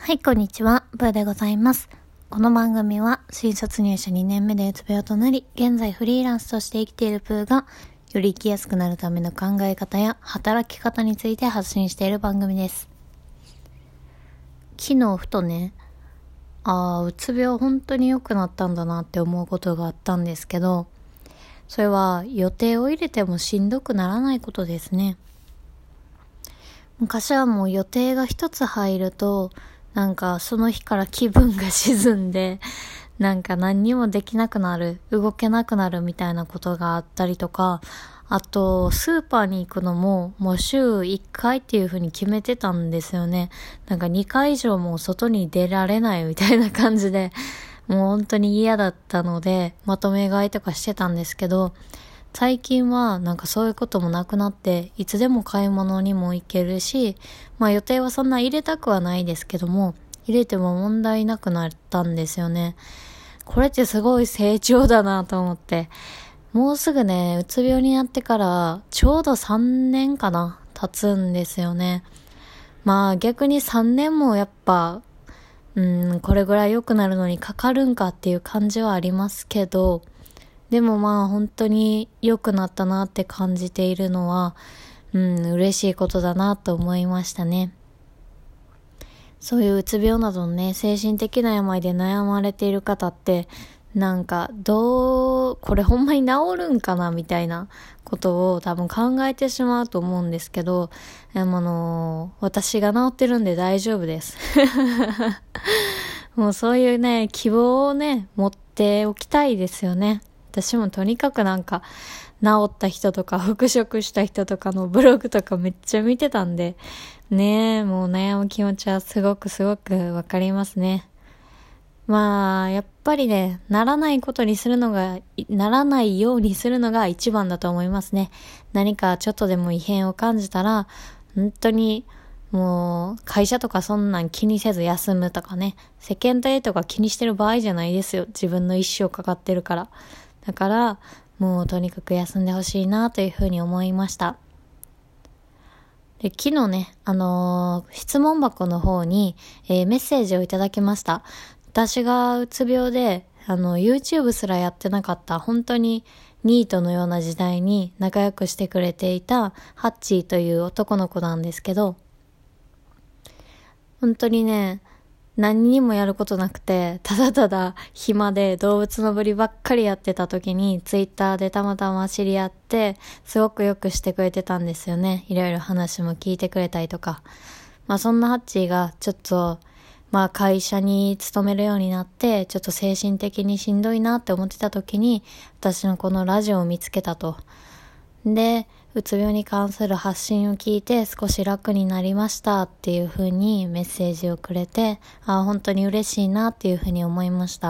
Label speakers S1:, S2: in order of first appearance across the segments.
S1: はい、こんにちは。ブーでございます。この番組は新卒入社2年目でうつ病となり、現在フリーランスとして生きているプーが、より生きやすくなるための考え方や働き方について発信している番組です。昨日ふとね、うつ病本当に良くなったんだなって思うことがあったんですけど、それは予定を入れてもしんどくならないことですね。昔はもう予定が一つ入ると、その日から気分が沈んで、何にもできなくなる、動けなくなるみたいなことがあったりとか、あと、スーパーに行くのも、もう週1回っていう風に決めてたんですよね。2回以上も外に出られないみたいな感じで、もう本当に嫌だったので、まとめ買いとかしてたんですけど、最近はそういうこともなくなって、いつでも買い物にも行けるし、予定はそんな入れたくはないですけども、入れても問題なくなったんですよね。これってすごい成長だなと思って。もうすぐね、うつ病になってからちょうど3年かな、経つんですよね。逆に3年もやっぱ、これぐらい良くなるのにかかるんかっていう感じはありますけど、でも本当に良くなったなって感じているのは、嬉しいことだなと思いましたね。そういううつ病などのね、精神的な病で悩まれている方って、これほんまに治るんかなみたいなことを多分考えてしまうと思うんですけど、私が治ってるんで大丈夫です。もうそういうね、希望をね、持っておきたいですよね。私もとにかく治った人とか復職した人とかのブログとかめっちゃ見てたんで、もう悩む気持ちはすごくわかりますね。やっぱりね、ならないようにするのが一番だと思いますね。何かちょっとでも異変を感じたら、本当にもう会社とかそんなん気にせず休むとかね、世間体とか気にしてる場合じゃないですよ。自分の一生かかってるから。だからもうとにかく休んでほしいなというふうに思いました。で、昨日ね、質問箱の方に、メッセージをいただきました。私がうつ病で、YouTube すらやってなかった、本当にニートのような時代に仲良くしてくれていたハッチーという男の子なんですけど、本当にね、何にもやることなくて、ただただ暇で動物のぶりばっかりやってた時に、ツイッターでたまたま知り合って、すごくよくしてくれてたんですよね。いろいろ話も聞いてくれたりとか。そんなハッチーがちょっと、会社に勤めるようになって、ちょっと精神的にしんどいなって思ってた時に、私のこのラジオを見つけたと。で、うつ病に関する発信を聞いて少し楽になりましたっていう風にメッセージをくれて、本当に嬉しいなっていう風に思いました。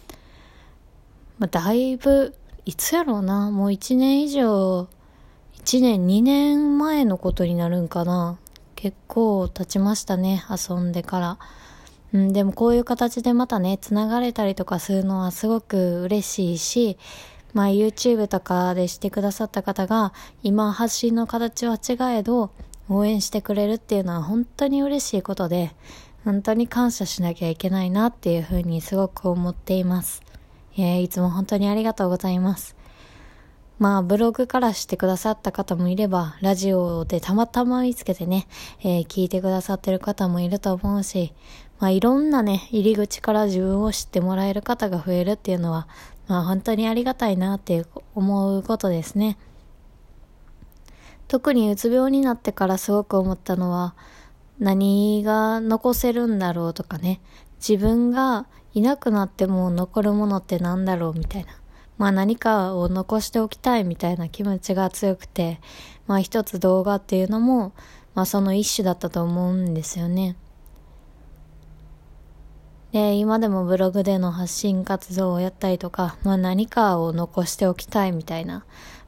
S1: だいぶ、いつやろうな、もう1年以上、1年、2年前のことになるんかな。結構経ちましたね、遊んでから。でもこういう形でまたね、つながれたりとかするのはすごく嬉しいし、YouTube とかでしてくださった方が今発信の形は違えど応援してくれるっていうのは本当に嬉しいことで、本当に感謝しなきゃいけないなっていうふうにすごく思っています。いつも本当にありがとうございます。ブログからしてくださった方もいれば、ラジオでたまたま見つけてね、聞いてくださってる方もいると思うし、いろんなね、入り口から自分を知ってもらえる方が増えるっていうのは、本当にありがたいなって思うことですね。特にうつ病になってからすごく思ったのは、何が残せるんだろうとかね、自分がいなくなっても残るものってなんだろうみたいな。何かを残しておきたいみたいな気持ちが強くて、一つ動画っていうのも、その一種だったと思うんですよね。で、今でもブログでの発信活動をやったりとか、何かを残しておきたいみたいな。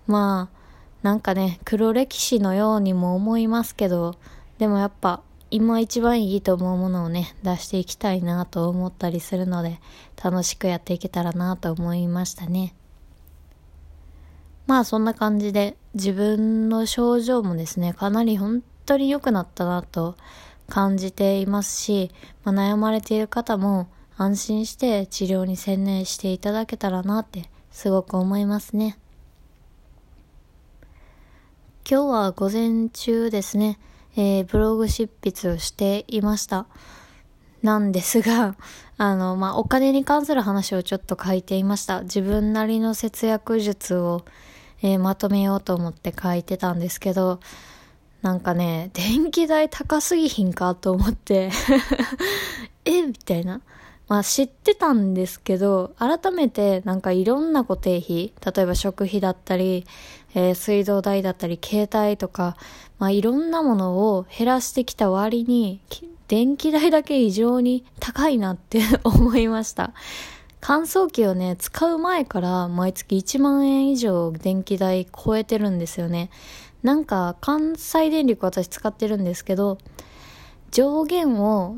S1: 黒歴史のようにも思いますけど、でもやっぱ今一番いいと思うものをね、出していきたいなと思ったりするので、楽しくやっていけたらなと思いましたね。そんな感じで自分の症状もですね、かなり本当に良くなったなと感じていますし、悩まれている方も安心して治療に専念していただけたらなってすごく思いますね。今日は午前中ですね、ブログ執筆をしていました。なんですが、お金に関する話をちょっと書いていました。自分なりの節約術を、まとめようと思って書いてたんですけど、なんかね、電気代高すぎひんかと思ってみたいな。知ってたんですけど、改めてなんかいろんな固定費、例えば食費だったり、水道代だったり、携帯とか、いろんなものを減らしてきた割に、電気代だけ異常に高いなって思いました。乾燥機をね、使う前から毎月1万円以上電気代超えてるんですよね。なんか関西電力私使ってるんですけど、上限を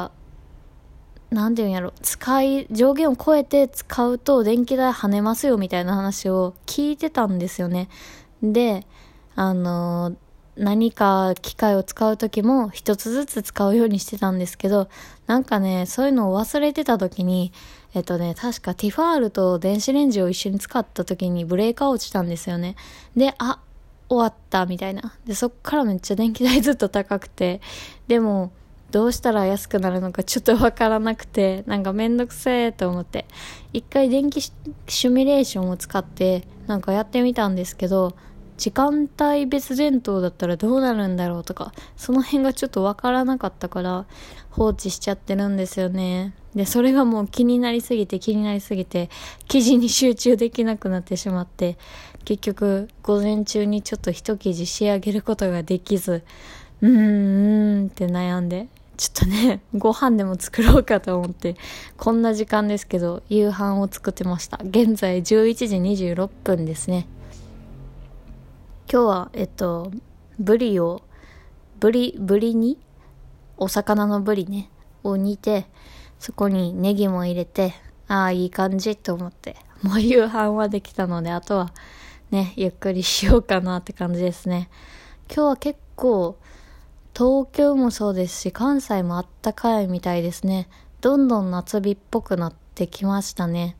S1: 上限を超えて使うと電気代跳ねますよみたいな話を聞いてたんですよね。で、何か機械を使う時も一つずつ使うようにしてたんですけど、そういうのを忘れてた時に、確かティファールと電子レンジを一緒に使った時にブレーカー落ちたんですよね。で、終わったみたいな。で、そっからめっちゃ電気代ずっと高くて、でも、どうしたら安くなるのかちょっとわからなくて、めんどくせーと思って、一回電気シミュレーションを使ってやってみたんですけど、時間帯別電灯だったらどうなるんだろうとか、その辺がちょっとわからなかったから放置しちゃってるんですよね。で、それがもう気になりすぎて、記事に集中できなくなってしまって、結局午前中にちょっと一記事仕上げることができず、って悩んで、ちょっとね、ご飯でも作ろうかと思って、こんな時間ですけど、夕飯を作ってました。現在11時26分ですね。今日は、ブリに、お魚のブリね、を煮て、そこにネギも入れて、いい感じと思って、もう夕飯はできたので、あとはね、ゆっくりしようかなって感じですね。今日は結構、東京もそうですし、関西もあったかいみたいですね。どんどん夏日っぽくなってきましたね。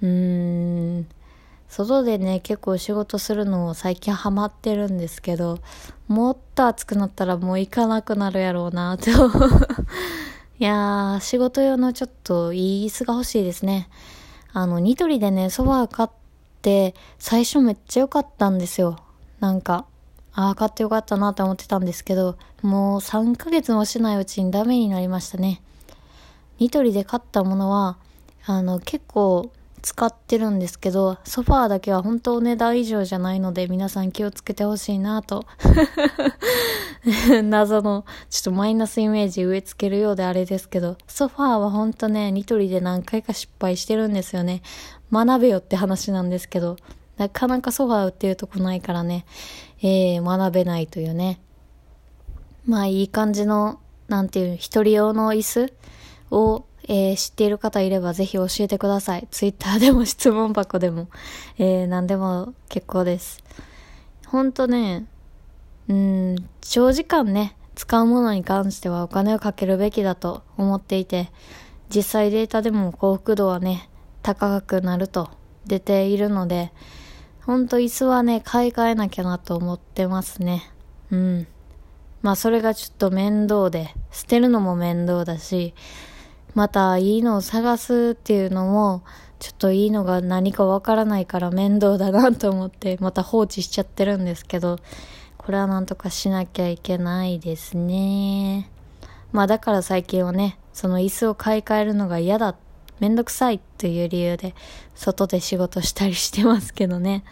S1: 外でね、結構仕事するのを最近ハマってるんですけど、もっと暑くなったらもう行かなくなるやろうなと。いやー、仕事用のちょっといい椅子が欲しいですね。ニトリでね、ソファー買って、最初めっちゃ良かったんですよ。買ってよかったなと思ってたんですけど、もう3ヶ月もしないうちにダメになりましたね。ニトリで買ったものは、結構使ってるんですけど、ソファーだけは本当お値段以上じゃないので、皆さん気をつけてほしいなと。謎の、ちょっとマイナスイメージ植え付けるようであれですけど、ソファーは本当ね、ニトリで何回か失敗してるんですよね。学べよって話なんですけど、なかなかソファー売ってるとこないからね、学べないというね。いい感じの、一人用の椅子を、知っている方いればぜひ教えてください。ツイッターでも質問箱でも、何でも結構です。ほんとね、長時間ね、使うものに関してはお金をかけるべきだと思っていて、実際データでも幸福度はね、高くなると出ているので、ほんと椅子はね、買い替えなきゃなと思ってますね。それがちょっと面倒で、捨てるのも面倒だし、またいいのを探すっていうのも、ちょっといいのが何かわからないから面倒だなと思って、また放置しちゃってるんですけど、これはなんとかしなきゃいけないですね。だから最近はね、その椅子を買い替えるのが嫌だ、めんどくさいという理由で、外で仕事したりしてますけどね。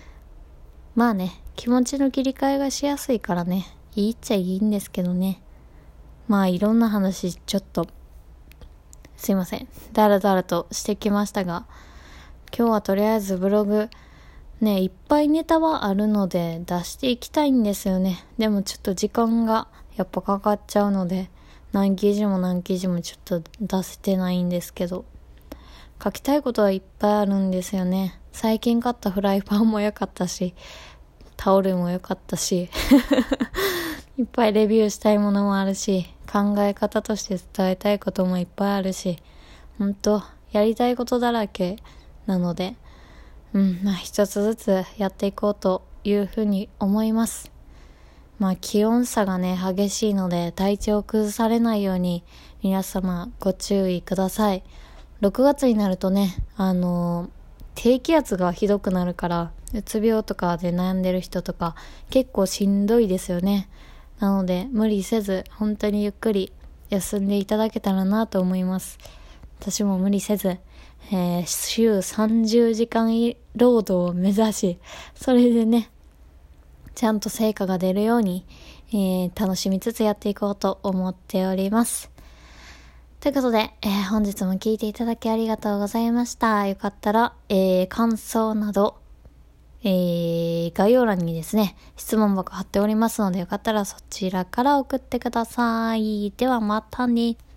S1: 気持ちの切り替えがしやすいからね、いいっちゃいいんですけどね。いろんな話ちょっとすいませんだらだらとしてきましたが、今日はとりあえずブログね、いっぱいネタはあるので出していきたいんですよね。でもちょっと時間がやっぱかかっちゃうので、何記事もちょっと出せてないんですけど、書きたいことはいっぱいあるんですよね。最近買ったフライパンも良かったし、タオルも良かったしいっぱいレビューしたいものもあるし、 考え方として伝えたいこともいっぱいあるし、ほんとやりたいことだらけなので、一つずつやっていこうというふうに思います。気温差がね激しいので体調を崩されないように皆様ご注意ください。6月になるとね低気圧がひどくなるから、うつ病とかで悩んでる人とか結構しんどいですよね。なので無理せず本当にゆっくり休んでいただけたらなと思います。私も無理せず、週30時間労働を目指し、それでねちゃんと成果が出るように、楽しみつつやっていこうと思っております。ということで、本日も聞いていただきありがとうございました。よかったら、感想など、概要欄にですね、質問箱貼っておりますので、よかったらそちらから送ってください。ではまたね。